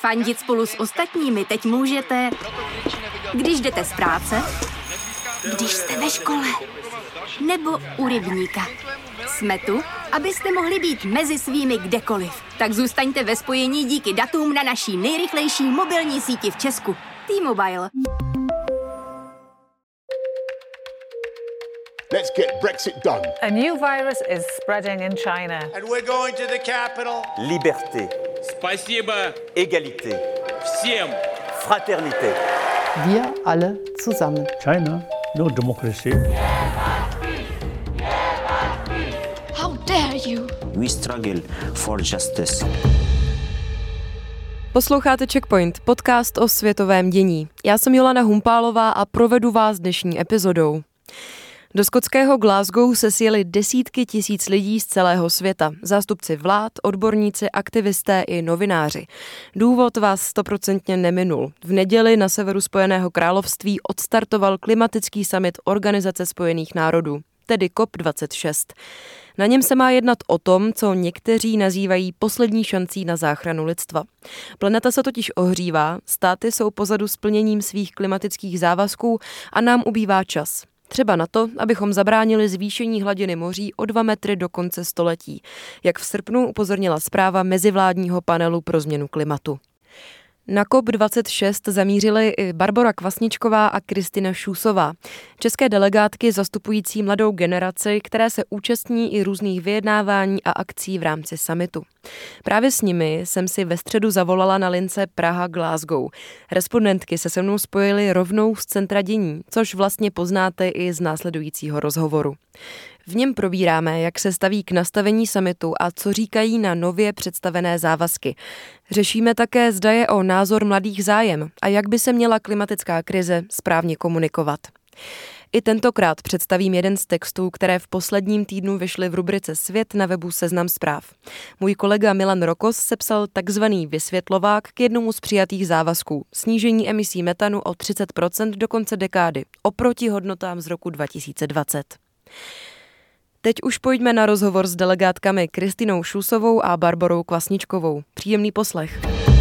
Fandit spolu s ostatními teď můžete, když jdete z práce, když jste ve škole, nebo u rybníka. Jsme tu, abyste mohli být mezi svými kdekoliv. Tak zůstaňte ve spojení díky datům na naší nejrychlejší mobilní síti v Česku. T-Mobile. Let's get Brexit done. A new virus is spreading in China. And we're going to the capital. Liberté. Спасибо. Égalité. Всем. Fraternité. Wir alle zusammen. China, no democracy. How dare you? We struggle for justice. Posloucháte Checkpoint, podcast o světovém dění. Já jsem Jolana Humpálová a provedu vás dnešní epizodou. Do skotského Glasgow se sjeli desítky tisíc lidí z celého světa. Zástupci vlád, odborníci, aktivisté i novináři. Důvod vás 100% neminul. V neděli na severu Spojeného království odstartoval klimatický summit Organizace spojených národů, tedy COP26. Na něm se má jednat o tom, co někteří nazývají poslední šancí na záchranu lidstva. Planeta se totiž ohřívá, státy jsou pozadu s plněním svých klimatických závazků a nám ubývá čas. Třeba na to, abychom zabránili zvýšení hladiny moří o 2 metry do konce století, jak v srpnu upozornila zpráva mezivládního panelu pro změnu klimatu. Na COP26 zamířily i Barbora Kvasničková a Kristina Šusová, české delegátky zastupující mladou generaci, které se účastní i různých vyjednávání a akcí v rámci summitu. Právě s nimi jsem si ve středu zavolala na lince Praha-Glasgow. Respondentky se se mnou spojily rovnou z centra dění, což vlastně poznáte i z následujícího rozhovoru. V něm probíráme, jak se staví k nastavení summitu a co říkají na nově představené závazky. Řešíme také, zda je o názor mladých zájem a jak by se měla klimatická krize správně komunikovat. I tentokrát představím jeden z textů, které v posledním týdnu vyšly v rubrice Svět na webu Seznam zpráv. Můj kolega Milan Rokos sepsal takzvaný vysvětlovák k jednomu z přijatých závazků. Snížení emisí metanu o 30% do konce dekády, oproti hodnotám z roku 2020. Teď už pojďme na rozhovor s delegátkami Kristinou Šusovou a Barborou Kvasničkovou. Příjemný poslech.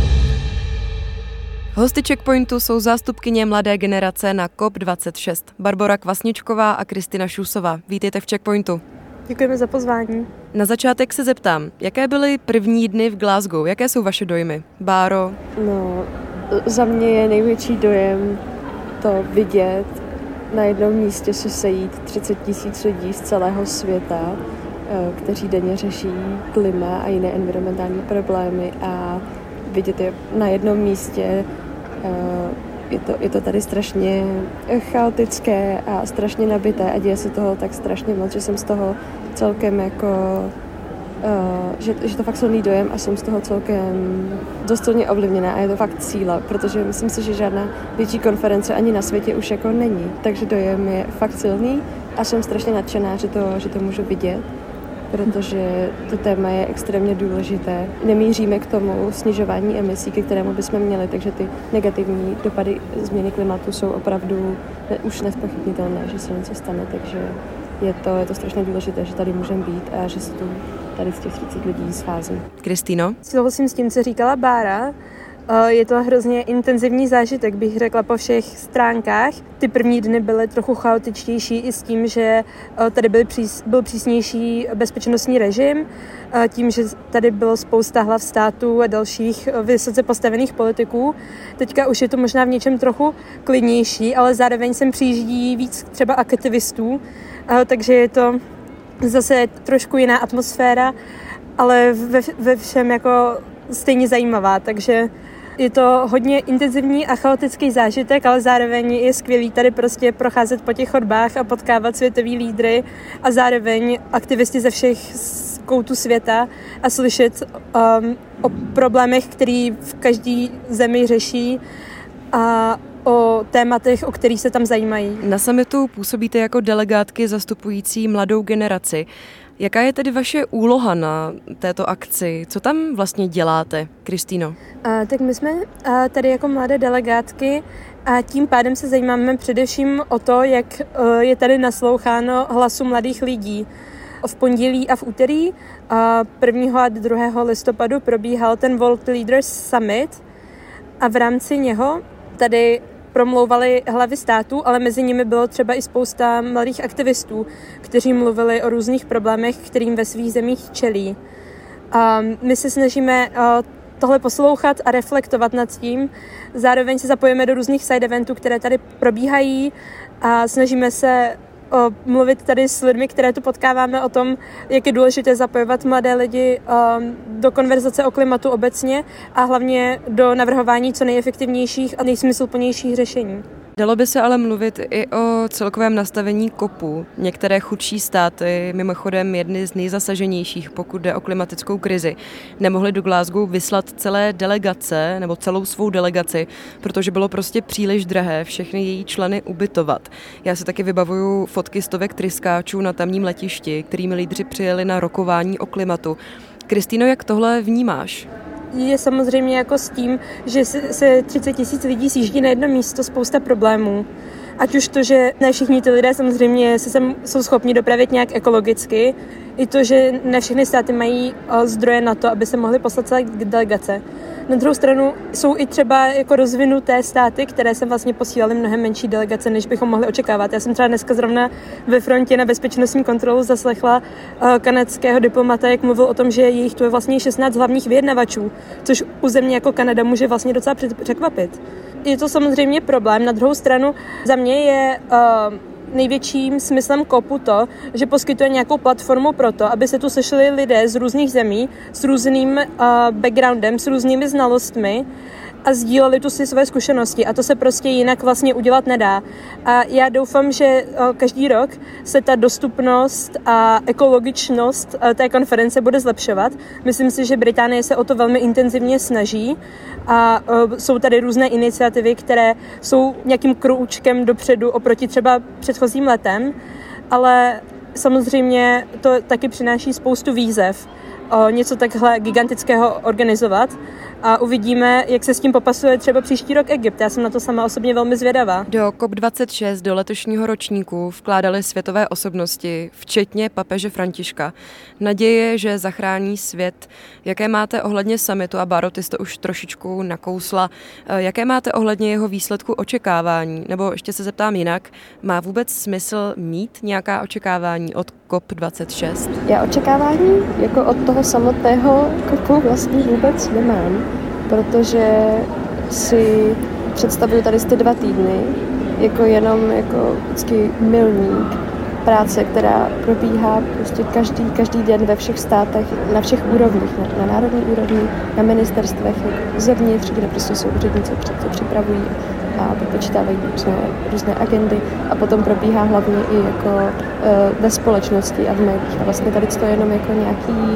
Hosty Checkpointu jsou zástupkyně mladé generace na COP26. Barbora Kvasničková a Kristina Šusová. Vítejte v Checkpointu. Děkujeme za pozvání. Na začátek se zeptám, jaké byly první dny v Glasgow? Jaké jsou vaše dojmy? Báro? No, za mě je největší dojem to vidět, na jednom místě se sejít 30 000 lidí z celého světa, kteří denně řeší klima a jiné environmentální problémy a vidět je na jednom místě. Je to tady strašně chaotické a strašně nabité a děje se toho tak strašně moc, že jsem z toho celkem jako že to fakt silný dojem a jsem z toho celkem dost silně ovlivněná a je to fakt síla, protože myslím si, že žádná větší konference ani na světě už jako není, takže dojem je fakt silný a jsem strašně nadšená, že to můžu vidět, protože to téma je extrémně důležité. Nemíříme k tomu snižování emisí, ke kterému bychom měli, takže ty negativní dopady změny klimatu jsou opravdu už nezpochybnitelné, že se něco stane, takže je to strašně důležité, že tady můžeme být a že se tu tady z těch 30 lidí schází. Kristýno? Souhlasím s tím, co říkala Bára. Je to hrozně intenzivní zážitek, bych řekla, po všech stránkách. Ty první dny byly trochu chaotičtější i s tím, že tady byl přísnější bezpečnostní režim, tím, že tady bylo spousta hlav států a dalších vysoce postavených politiků. Teďka už je to možná v něčem trochu klidnější, ale zároveň sem přijíždí víc třeba aktivistů, takže je to zase trošku jiná atmosféra, ale ve všem jako stejně zajímavá, takže je to hodně intenzivní a chaotický zážitek, ale zároveň je skvělý tady prostě procházet po těch chodbách a potkávat světový lídry a zároveň aktivisty ze všech koutů světa a slyšet o problémech, který v každé zemi řeší a o tématech, o kterých se tam zajímají. Na summitu působíte jako delegátky zastupující mladou generaci. Jaká je tedy vaše úloha na této akci? Co tam vlastně děláte, Kristýno? Tak my jsme tady jako mladé delegátky a tím pádem se zajímáme především o to, jak je tady nasloucháno hlasu mladých lidí. V pondělí a v úterý 1. a 2. listopadu probíhal ten World Leaders Summit, a v rámci něho tady promlouvaly hlavy států, ale mezi nimi bylo třeba i spousta mladých aktivistů, kteří mluvili o různých problémech, kterým ve svých zemích čelí. A my se snažíme tohle poslouchat a reflektovat nad tím. Zároveň se zapojíme do různých side eventů, které tady probíhají a snažíme se mluvit tady s lidmi, které tu potkáváme o tom, jak je důležité zapojovat mladé lidi do konverzace o klimatu obecně a hlavně do navrhování co nejefektivnějších a nejsmysluplnějších řešení. Dalo by se ale mluvit i o celkovém nastavení COPu. Některé chudší státy, mimochodem jedny z nejzasaženějších, pokud jde o klimatickou krizi, nemohly do Glasgow vyslat celé delegace nebo celou svou delegaci, protože bylo prostě příliš drahé všechny její členy ubytovat. Já si taky vybavuju fotky stovek tryskáčů na tamním letišti, kterými lídři přijeli na rokování o klimatu. Kristýno, jak tohle vnímáš? Je samozřejmě jako s tím, že se 30 000 lidí sjíždí na jedno místo, spousta problémů. Ať už to, že ne všichni ty lidé samozřejmě jsou schopni dopravit nějak ekologicky, i to, že ne všechny státy mají zdroje na to, aby se mohly poslat celé delegace. Na druhou stranu jsou i třeba jako rozvinuté státy, které se vlastně posílaly mnohem menší delegace, než bychom mohli očekávat. Já jsem třeba dneska zrovna ve frontě na bezpečnostní kontrolu zaslechla kanadského diplomata, jak mluvil o tom, že jejich tu je vlastně 16 hlavních vyjednavačů, což u země jako Kanada může vlastně docela překvapit. Je to samozřejmě problém. Na druhou stranu za mě je největším smyslem COPu to, že poskytuje nějakou platformu pro to, aby se tu sešli lidé z různých zemí, s různým backgroundem, s různými znalostmi a sdíleli tu si své zkušenosti. A to se prostě jinak vlastně udělat nedá. A já doufám, že každý rok se ta dostupnost a ekologičnost té konference bude zlepšovat. Myslím si, že Británie se o to velmi intenzivně snaží a jsou tady různé iniciativy, které jsou nějakým krůčkem dopředu oproti třeba předchozím letem, ale samozřejmě to taky přináší spoustu výzev něco takhle gigantického organizovat a uvidíme, jak se s tím popasuje třeba příští rok Egypt. Já jsem na to sama osobně velmi zvědavá. Do COP26 do letošního ročníku vkládaly světové osobnosti, včetně papeže Františka. Naděje, že zachrání svět. Jaké máte ohledně summitu, a Báro, ty jsi to už trošičku nakousla, jaké máte ohledně jeho výsledku očekávání? Nebo ještě se zeptám jinak, má vůbec smysl mít nějaká očekávání od COP26? Já očekávání jako od toho samotného COPu vlastně vůbec nemám, protože si představuju tady ty 2 týdny jako jenom jako vždycky milník práce, která probíhá prostě každý den ve všech státech, na všech úrovních, na národní úrovni, na ministerstvech, zevnitř, kde prostě jsou úředníci, co připravují a vypočítávají různé agendy a potom probíhá hlavně i jako ve společnosti a v médiích. A vlastně tady to je jenom jako nějaký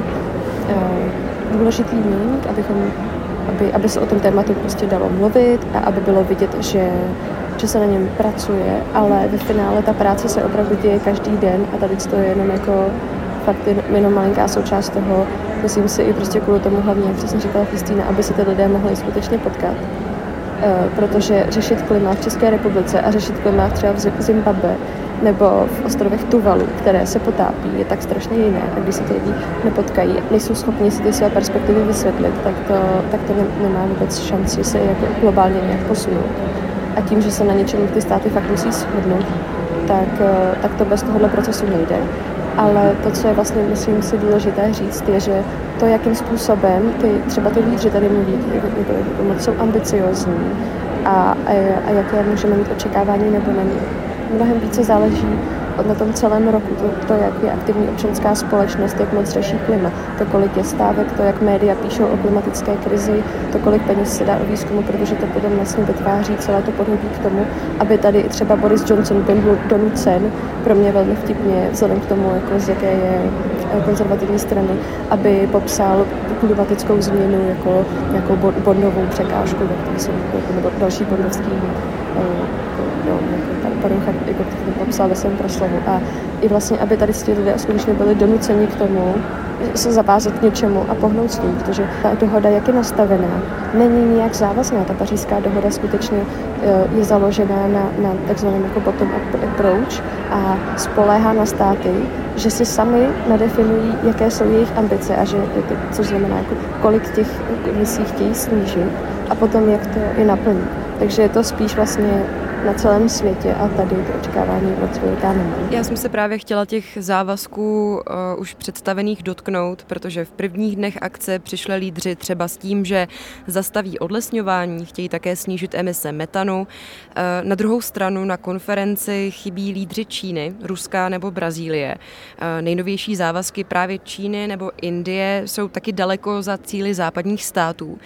důležitý milník, aby se o tom tématu prostě dalo mluvit a aby bylo vidět, že se na něm pracuje, ale ve finále ta práce se opravdu děje každý den a tady to je jenom jako fakt jenom malinká součást toho. Myslím si i prostě kvůli tomu hlavně, jak přesně říkala Kristýna, aby se ty lidé mohli skutečně potkat. Protože řešit klima v České republice a řešit klima třeba v Zimbabwe nebo v ostrovech Tuvalu, které se potápí, je tak strašně jiné. A když se ty lidi nepotkají, nejsou schopni si ty své perspektivy vysvětlit, tak to nemá vůbec šanci se jako globálně nějak posunout. A tím, že se na něčem ty státy fakt musí shodnout, tak to bez tohohle procesu nejde. Ale to, co je vlastně, myslím si, důležité říct, je, že to, jakým způsobem třeba ty lídři tady mluví, jak jsou ambiciozní a jaké můžeme mít očekávání nebo nemít. Mnohem více záleží na tom celém roku, to, jak je aktivní občanská společnost, jak moc řeší klima, to, kolik je stávek, to, jak média píšou o klimatické krizi, to, kolik peněz se dá o výzkumu, protože to potom vlastně vytváří celé to podhoubí k tomu, aby tady třeba Boris Johnson byl donucen, pro mě velmi vtipně, vzhledem k tomu, jako z jaké je konzervativní strany, aby popsal klimatickou změnu jako nějakou bondovou překážku, nebo další bondovský Parucha, jako to popsal ve svém proslovu. A i vlastně, aby tady ti lidé skutečně byli donuceni k tomu, se zavázat k něčemu a pohnout s tím, protože ta dohoda, jak je nastavená, není nijak závazná. Ta pařížská dohoda skutečně je založená na takzvaném jako bottom-up approach a spoléhá na státy, že si sami nadefinují, jaké jsou jejich ambice a že, což znamená, jako, kolik těch misí chtějí snížit a potom, jak to je naplní. Takže je to spíš vlastně na celém světě a tady to očekávání moc velká nemá. Já jsem se právě chtěla těch závazků už představených dotknout, protože v prvních dnech akce přišli lídři třeba s tím, že zastaví odlesňování, chtějí také snížit emise metanu. Na druhou stranu na konferenci chybí lídři Číny, Ruska nebo Brazílie. Nejnovější závazky právě Číny nebo Indie jsou taky daleko za cíli západních států.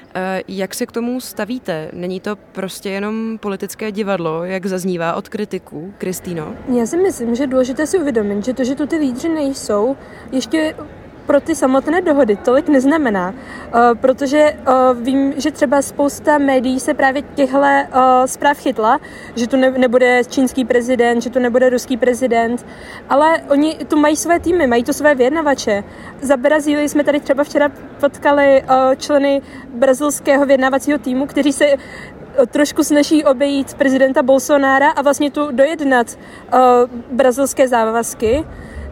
Jak se k tomu stavíte? Není to prostě jenom politické divadlo, jak zaznívá od kritiků? Kristýno? Já si myslím, že je důležité si uvědomit, že to, že tu ty lídři nejsou, ještě pro ty samotné dohody tolik neznamená, protože vím, že třeba spousta médií se právě těchto zpráv chytla, že tu nebude čínský prezident, že tu nebude ruský prezident, ale oni tu mají své týmy, mají tu své vyjednavače. Za Brazílii jsme tady třeba včera potkali členy brazilského vyjednávacího týmu, kteří se trošku snaží obejít prezidenta Bolsonára a vlastně tu dojednat brazilské závazky.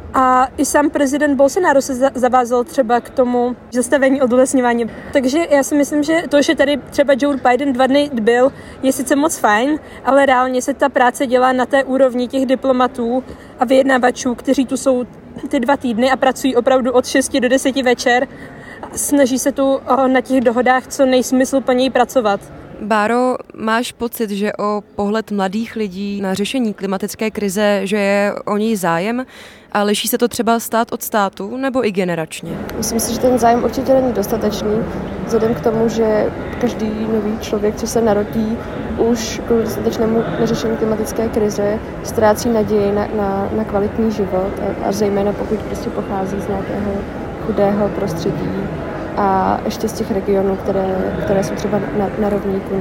A i sám prezident Bolsonaro se zavázal třeba k tomu zastavení odlesňování. Takže já si myslím, že to, že tady třeba Joe Biden 2 dny byl, je sice moc fajn, ale reálně se ta práce dělá na té úrovni těch diplomatů a vyjednavačů, kteří tu jsou ty 2 týdny a pracují opravdu od 6 do 10 večer a snaží se tu na těch dohodách co nejsmysluplněji pracovat. Báro, máš pocit, že o pohled mladých lidí na řešení klimatické krize, že je o něj zájem a liší se to třeba stát od státu nebo i generačně? Myslím si, že ten zájem určitě není dostatečný, vzhledem k tomu, že každý nový člověk, co se narodí, už k dostatečnému neřešení klimatické krize ztrácí naději na kvalitní život a zejména pokud prostě pochází z nějakého chudého prostředí a ještě z těch regionů, které jsou třeba na rovníku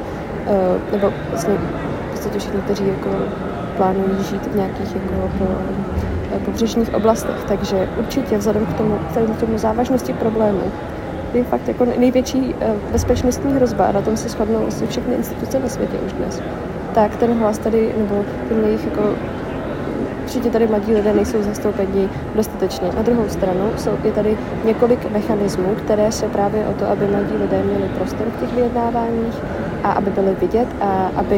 nebo vlastně všichni, kteří jako plánují žít v nějakých jako pobřežních oblastech. Takže určitě vzhledem k tomu závažnosti problému je fakt jako největší bezpečnostní hrozba a na tom se shodnou vlastně všechny instituce na světě už dnes. Tak ten hlas tady, nebo ten jejich jako určitě tady mladí lidé nejsou zastoupeni dostatečně. Na druhou stranu je tady několik mechanismů, které se právě o to, aby mladí lidé měli prostor v těch vyjednáváních a aby byli vidět a aby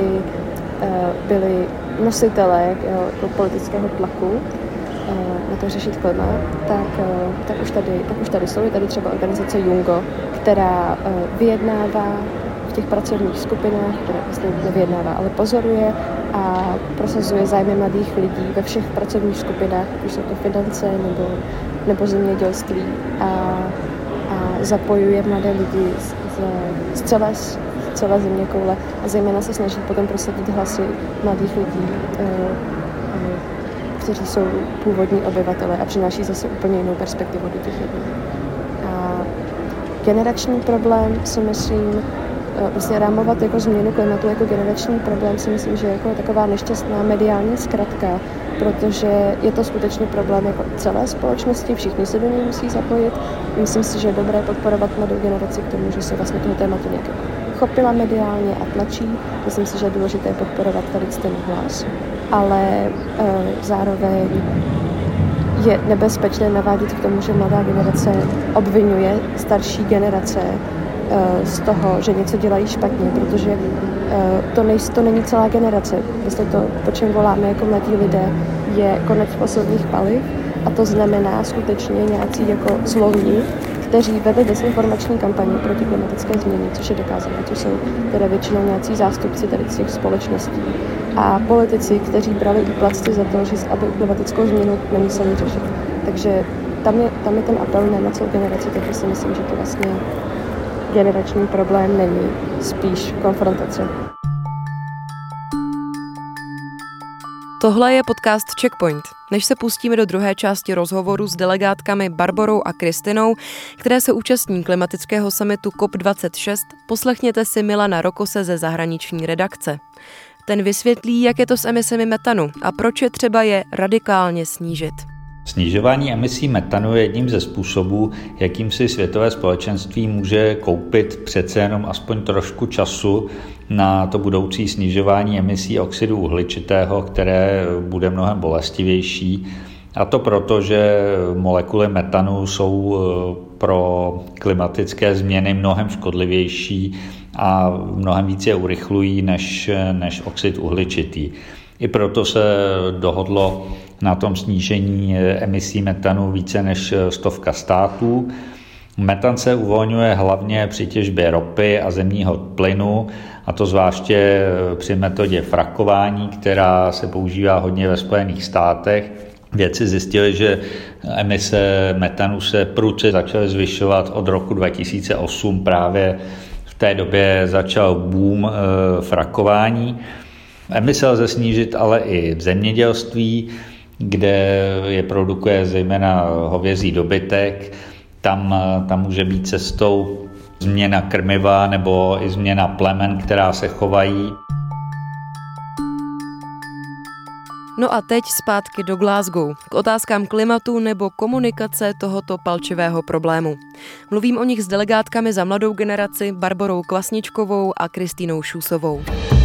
byli nositelé jako politického tlaku na to řešit klima, tak už tady jsou. Je tady třeba organizace Jungo, která vyjednává v těch pracovních skupinách, které vlastně nevyjednává, ale pozoruje a prosazuje zájmy mladých lidí ve všech pracovních skupinách, už jsou to finance nebo zemědělství a zapojuje mladé lidi z celé zeměkoule a zejména se snaží potom prosadit hlasy mladých lidí, kteří jsou původní obyvatelé a přináší zase úplně jinou perspektivu do těch jednání. A generační problém si myslím, vlastně rámovat jako změnu klimatu jako generační problém si myslím, že je jako taková nešťastná mediální zkratka, protože je to skutečně problém jako celé společnosti, všichni se do něj musí zapojit. Myslím si, že je dobré podporovat mladou generaci k tomu, že se vlastně toho tématu nějak chopila mediálně a tlačí. Myslím si, že je důležité podporovat tady ten hlas, ale zároveň je nebezpečné navádět k tomu, že mladá generace obvinuje starší generace z toho, že něco dělají špatně, protože to není celá generace. Vlastně to, po čem voláme jako mladí lidé, je konec fosilních paliv a to znamená skutečně nějací jako zlomí, kteří vedli dezinformační kampaně proti klimatické změně, což je dokázané, což jsou teda většinou nějací zástupci tady z těch společností a politici, kteří brali úplatky za to, že aby klimatickou změnu nemuseli řešit. Takže tam je ten apel na celou generaci, takže si myslím, že to vlastně generační problém není, spíš konfrontace. Tohle je podcast Checkpoint. Než se pustíme do druhé části rozhovoru s delegátkami Barborou a Kristinou, které se účastní klimatického summitu COP26, poslechněte si Milana Rokose ze zahraniční redakce. Ten vysvětlí, jak je to s emisemi metanu a proč je třeba je radikálně snížit. Snižování emisí metanu je jedním ze způsobů, jakým si světové společenství může koupit přece jenom aspoň trošku času na to budoucí snižování emisí oxidu uhličitého, které bude mnohem bolestivější. A to proto, že molekuly metanu jsou pro klimatické změny mnohem škodlivější a mnohem více je urychlují než oxid uhličitý. I proto se dohodlo na tom snížení emisí metanu více než 100 států. Metan se uvolňuje hlavně při těžbě ropy a zemního plynu, a to zvláště při metodě frakování, která se používá hodně ve Spojených státech. Vědci zjistili, že emise metanu se prudce začaly zvyšovat od roku 2008. Právě v té době začal boom frakování. Emise lze snížit ale i v zemědělství, kde je produkuje zejména hovězí dobytek. Tam může být cestou změna krmiva nebo i změna plemen, která se chovají. No a teď zpátky do Glasgow, k otázkám klimatu nebo komunikace tohoto palčivého problému. Mluvím o nich s delegátkami za mladou generaci Barborou Kvasničkovou a Kristínou Šusovou.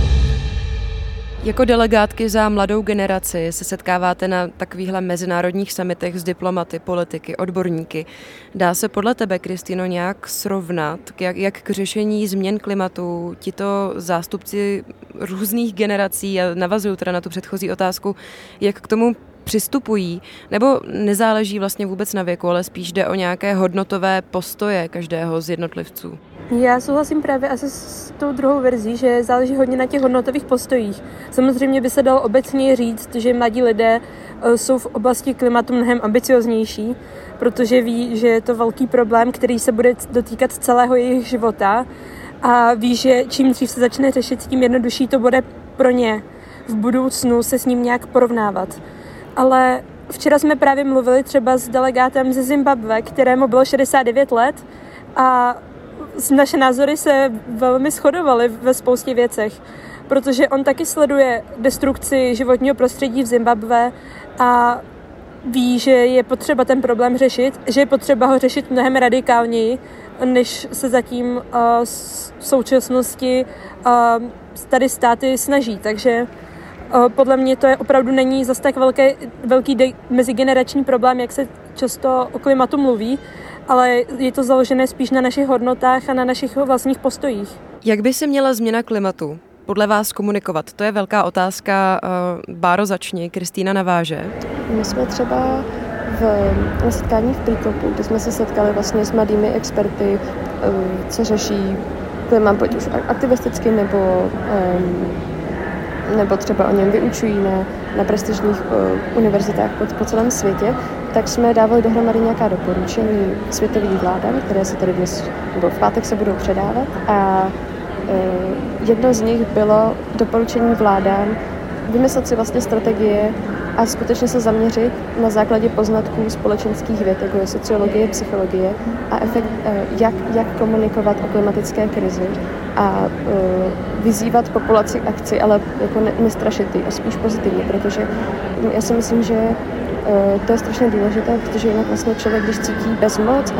Jako delegátky za mladou generaci se setkáváte na takovýchhle mezinárodních summitech s diplomaty, politiky, odborníky. Dá se podle tebe, Kristýno, nějak srovnat, jak k řešení změn klimatu tito zástupci různých generací, a navazuju teda na tu předchozí otázku, jak k tomu přistupují, nebo nezáleží vlastně vůbec na věku, ale spíš jde o nějaké hodnotové postoje každého z jednotlivců? Já souhlasím právě asi s tou druhou verzí, že záleží hodně na těch hodnotových postojích. Samozřejmě by se dalo obecně říct, že mladí lidé jsou v oblasti klimatu mnohem ambicioznější, protože ví, že je to velký problém, který se bude dotýkat celého jejich života a ví, že čím dřív se začne řešit, tím jednodušší to bude pro ně v budoucnu se s ním nějak porovnávat. Ale včera jsme právě mluvili třeba s delegátem ze Zimbabwe, kterému bylo 69 let a naše názory se velmi shodovaly ve spoustě věcech, protože on taky sleduje destrukci životního prostředí v Zimbabwe a ví, že je potřeba ten problém řešit, že je potřeba ho řešit mnohem radikálněji, než se zatím v současnosti tady státy snaží. Takže podle mě to opravdu není zas tak velký mezigenerační problém, jak se často o klimatu mluví, ale je to založené spíš na našich hodnotách a na našich vlastních postojích. Jak by se měla změna klimatu podle vás komunikovat? To je velká otázka. Báro, začni, Kristýna naváže. My jsme třeba na setkání v Príkopu, kde jsme se setkali vlastně s mladými experty, co řeší klima, buď už aktivisticky nebo třeba o něm vyučují na prestižních univerzitách po celém světě, tak jsme dávali dohromady nějaká doporučení světovým vládám, které se tady dnes, nebo v pátek se budou předávat. A jedno z nich bylo doporučení vládám vymyslet si vlastně strategie a skutečně se zaměřit na základě poznatků společenských věd, jako je sociologie, psychologie a jak komunikovat o klimatické krizi a vyzývat populaci k akci, ale jako nestrašit ji a spíš pozitivně, protože já si myslím, že to je strašně důležité, protože jinak vlastně člověk, když cítí bezmoc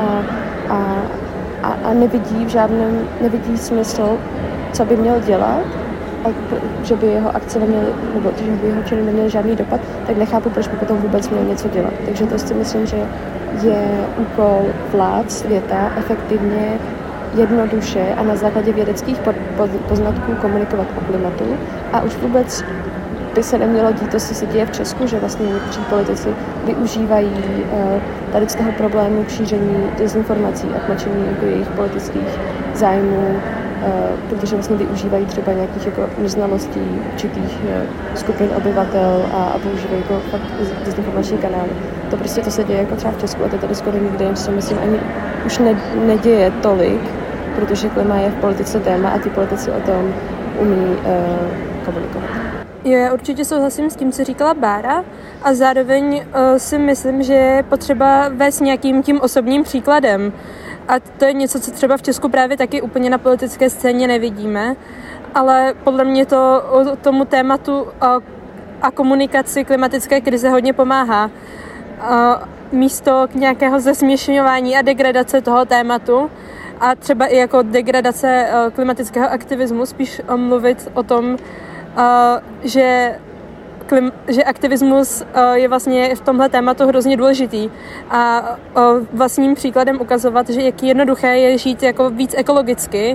a nevidí smysl, co by měl dělat, a že by jeho akce neměly, nebo že by jeho činy neměly žádný dopad, tak nechápu, proč by potom vůbec měl něco dělat. Takže to si myslím, že je úkol vlád světa efektivně, jednoduše a na základě vědeckých poznatků komunikovat o klimatu. A už vůbec by se nemělo dít to, co se děje v Česku, že vlastně někteří politici využívají tady z toho problému k šíření dezinformací a tlačení jako jejich politických zájmů, protože vlastně využívají třeba nějakých jako neznalostí určitých skupin obyvatel a používají jako fakt dezinformační kanály. To prostě to se děje jako třeba v Česku a to tady skoro nikde se myslím ani už neděje tolik, protože klima je v politice téma a ty politici o tom umí komunikovat. Já určitě souhlasím s tím, co říkala Bára a zároveň si myslím, že je potřeba vést nějakým tím osobním příkladem. A to je něco, co třeba v Česku právě taky úplně na politické scéně nevidíme, ale podle mě to tomu tématu a komunikaci klimatické krize hodně pomáhá. Místo k nějakého zesměšňování a degradace toho tématu a třeba i jako degradace klimatického aktivismu, spíš mluvit o tom, že aktivismus je vlastně v tomhle tématu hrozně důležitý a vlastním příkladem ukazovat, že jak jednoduché je žít jako víc ekologicky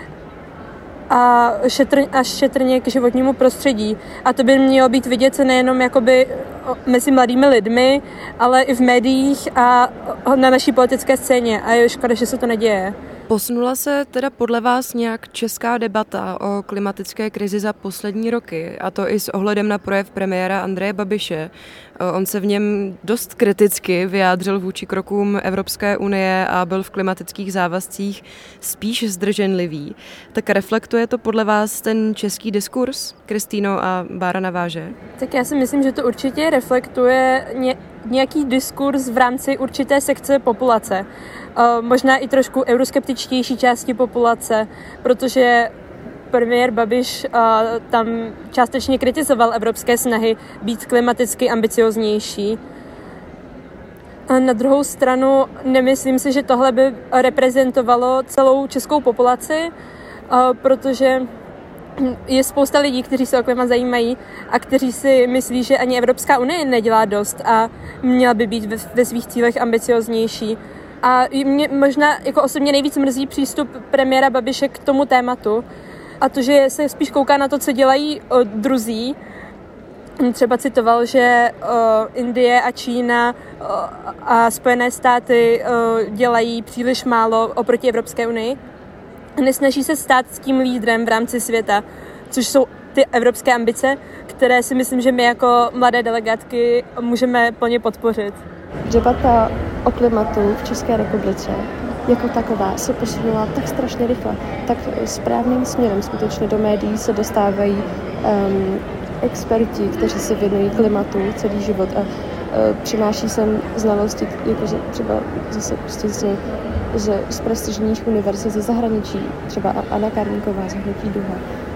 a šetrně k životnímu prostředí. A to by mělo být vidět nejenom jakoby mezi mladými lidmi, ale i v médiích a na naší politické scéně. A je škoda, že se to neděje. Posunula se teda podle vás nějak česká debata o klimatické krizi za poslední roky, a to i s ohledem na projev premiéra Andreje Babiše? On se v něm dost kriticky vyjádřil vůči krokům Evropské unie a byl v klimatických závazcích spíš zdrženlivý. Tak reflektuje to podle vás ten český diskurs? Kristýno, a Bára naváže. Tak já si myslím, že to určitě reflektuje nějaký diskurs v rámci určité sekce populace. Možná i trošku euroskeptičtější části populace, protože premiér Babiš tam částečně kritizoval evropské snahy být klimaticky ambicioznější. Na druhou stranu nemyslím si, že tohle by reprezentovalo celou českou populaci, protože je spousta lidí, kteří se o klima zajímají a kteří si myslí, že ani Evropská unie nedělá dost a měla by být ve svých cílech ambicioznější. A mě možná jako osobně nejvíc mrzí přístup premiéra Babiše k tomu tématu a to, že se spíš kouká na to, co dělají druzí. Třeba citoval, že Indie a Čína a Spojené státy dělají příliš málo oproti Evropské unii. Nesnaží se stát s tím lídrem v rámci světa, což jsou ty evropské ambice, které si myslím, že my jako mladé delegátky můžeme plně podpořit. Debata o klimatu v České republice jako taková se posunula tak strašně rychle, tak správným směrem. Skutečně do médií se dostávají experti, kteří se věnují klimatu celý život a přináší sem znalosti, jakože třeba zase prostě z prestižních univerzit ze zahraničí, třeba Anna Karníková z Hnutí Duha.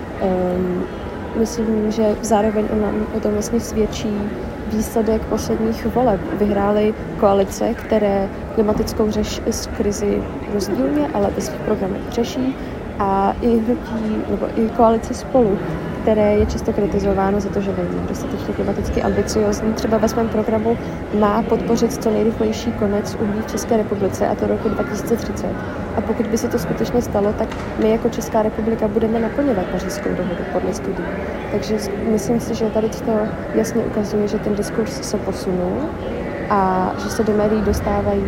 Myslím, že zároveň o tom vlastně svědčí výsledek posledních voleb. Vyhrály koalice, které klimatickou krizi rozdílně, ale ve svých programech řeší, a i hnutí, nebo i koalice Spolu, které je často kritizováno za to, že není dostatečně klimaticky ambiciozní. Třeba ve svém programu má podpořit co nejrychlejší konec uhlí v České republice, a to roku 2030. A pokud by se to skutečně stalo, tak my jako Česká republika budeme naplňovat Pařížskou dohodu podle studií. Takže myslím si, že tady to jasně ukazuje, že ten diskurs se posunul a že se do médií dostávají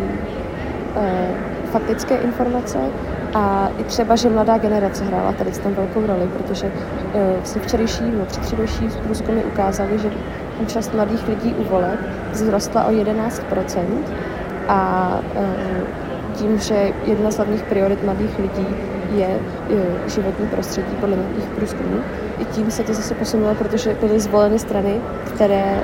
faktické informace. A i třeba, že mladá generace hrála tady tam velkou roli, protože si předvčerejší průzkumy ukázaly, že účast mladých lidí u voleb vzrostla o 11%, a tím, že jedna z hlavních priorit mladých lidí je životní prostředí podle mladých průzkumů, i tím se to zase posunulo, protože byly zvoleny strany, které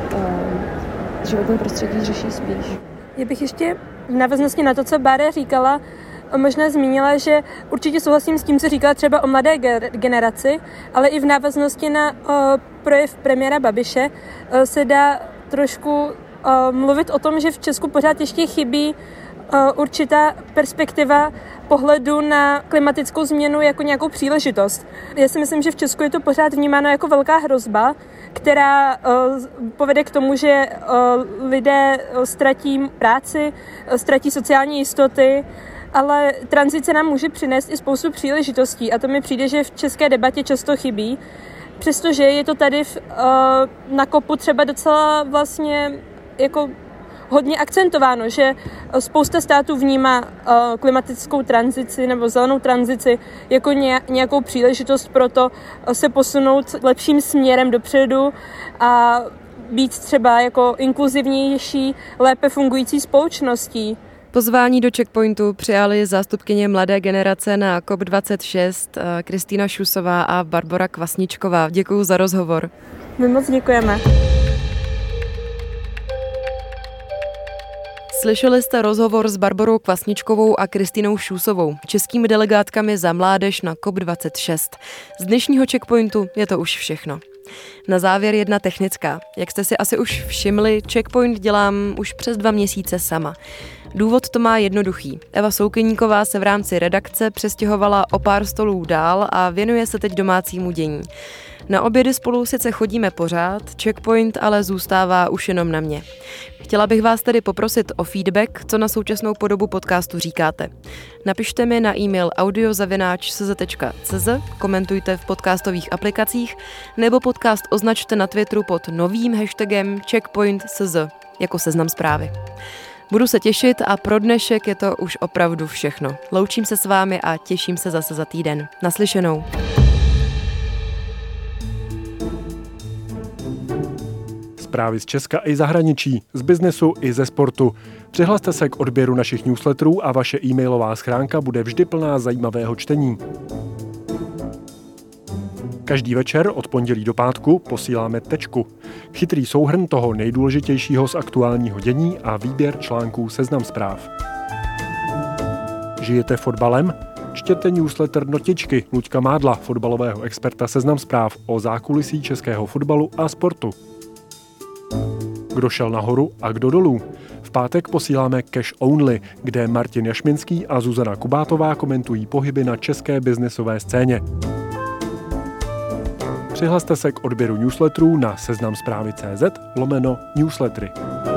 životní prostředí řeší spíš. Já bych ještě v návaznosti na to, co Bára říkala, možná zmínila, že určitě souhlasím s tím, co říkala třeba o mladé generaci, ale i v návaznosti na projev premiéra Babiše se dá trošku mluvit o tom, že v Česku pořád ještě chybí určitá perspektiva pohledu na klimatickou změnu jako nějakou příležitost. Já si myslím, že v Česku je to pořád vnímáno jako velká hrozba, která povede k tomu, že lidé ztratí práci, ztratí sociální jistoty, ale tranzice nám může přinést i spoustu příležitostí a to mi přijde, že v české debatě často chybí, přestože je to tady na kopu třeba docela vlastně jako hodně akcentováno, že spousta států vnímá klimatickou tranzici nebo zelenou tranzici jako nějakou příležitost pro to se posunout lepším směrem dopředu a být třeba jako inkluzivnější, lépe fungující společností. Pozvání do Checkpointu přijali zástupkyně mladé generace na COP26 Kristýna Šusová a Barbora Kvasničková. Děkuju za rozhovor. My moc děkujeme. Slyšeli jste rozhovor s Barborou Kvasničkovou a Kristýnou Šusovou, českými delegátkami za mládež na COP26. Z dnešního Checkpointu je to už všechno. Na závěr jedna technická. Jak jste si asi už všimli, Checkpoint dělám už přes 2 měsíce sama. Důvod to má jednoduchý. Eva Soukeníková se v rámci redakce přestěhovala o pár stolů dál a věnuje se teď domácímu dění. Na obědy spolu sice chodíme pořád, Checkpoint ale zůstává už jenom na mě. Chtěla bych vás tedy poprosit o feedback, co na současnou podobu podcastu říkáte. Napište mi na e-mail audio@cz.cz, komentujte v podcastových aplikacích nebo podcast označte na Twitteru pod novým hashtagem CheckpointCZ, jako Seznam Zprávy. Budu se těšit a pro dnešek je to už opravdu všechno. Loučím se s vámi a těším se zase za týden. Naslyšenou. Zprávy z Česka i zahraničí, z biznesu i ze sportu. Přihlaste se k odběru našich newsletterů a vaše e-mailová schránka bude vždy plná zajímavého čtení. Každý večer od pondělí do pátku posíláme Tečku. Chytrý souhrn toho nejdůležitějšího z aktuálního dění a výběr článků Seznam Zpráv. Žijete fotbalem? Čtěte newsletter Notičky Luďka Mádla, fotbalového experta Seznam Zpráv o zákulisí českého fotbalu a sportu. Kdo šel nahoru a kdo dolů? V pátek posíláme Cash Only, kde Martin Jašminský a Zuzana Kubátová komentují pohyby na české biznesové scéně. Přihlaste se k odběru newsletterů na seznamzprávy.cz/newslettery.